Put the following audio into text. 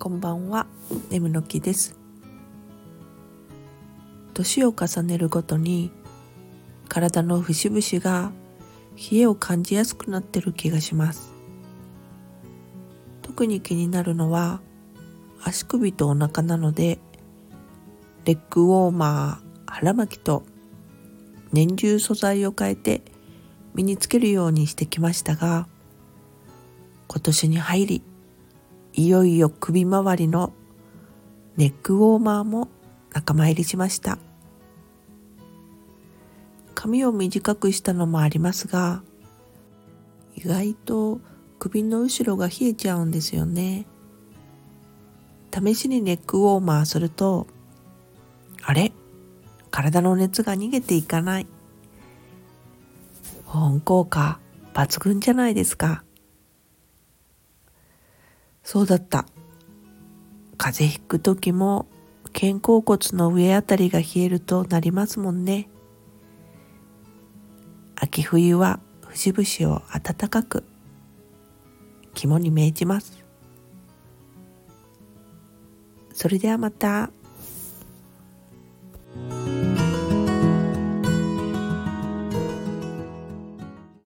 こんばんは、ねむのきです。年を重ねるごとに体の節々が冷えを感じやすくなってる気がします。特に気になるのは足首とお腹なので、レッグウォーマー、腹巻きと年中素材を変えて身につけるようにしてきましたが、今年に入りいよいよ首周りのネックウォーマーも仲間入りしました。髪を短くしたのもありますが、意外と首の後ろが冷えちゃうんですよね。試しにネックウォーマーすると、あれ、体の熱が逃げていかない。保温効果抜群じゃないですか。そうだった。風邪ひく時も肩甲骨の上あたりが冷えるとなりますもんね。秋冬は節々を暖かく、肝に銘じます。それではまた。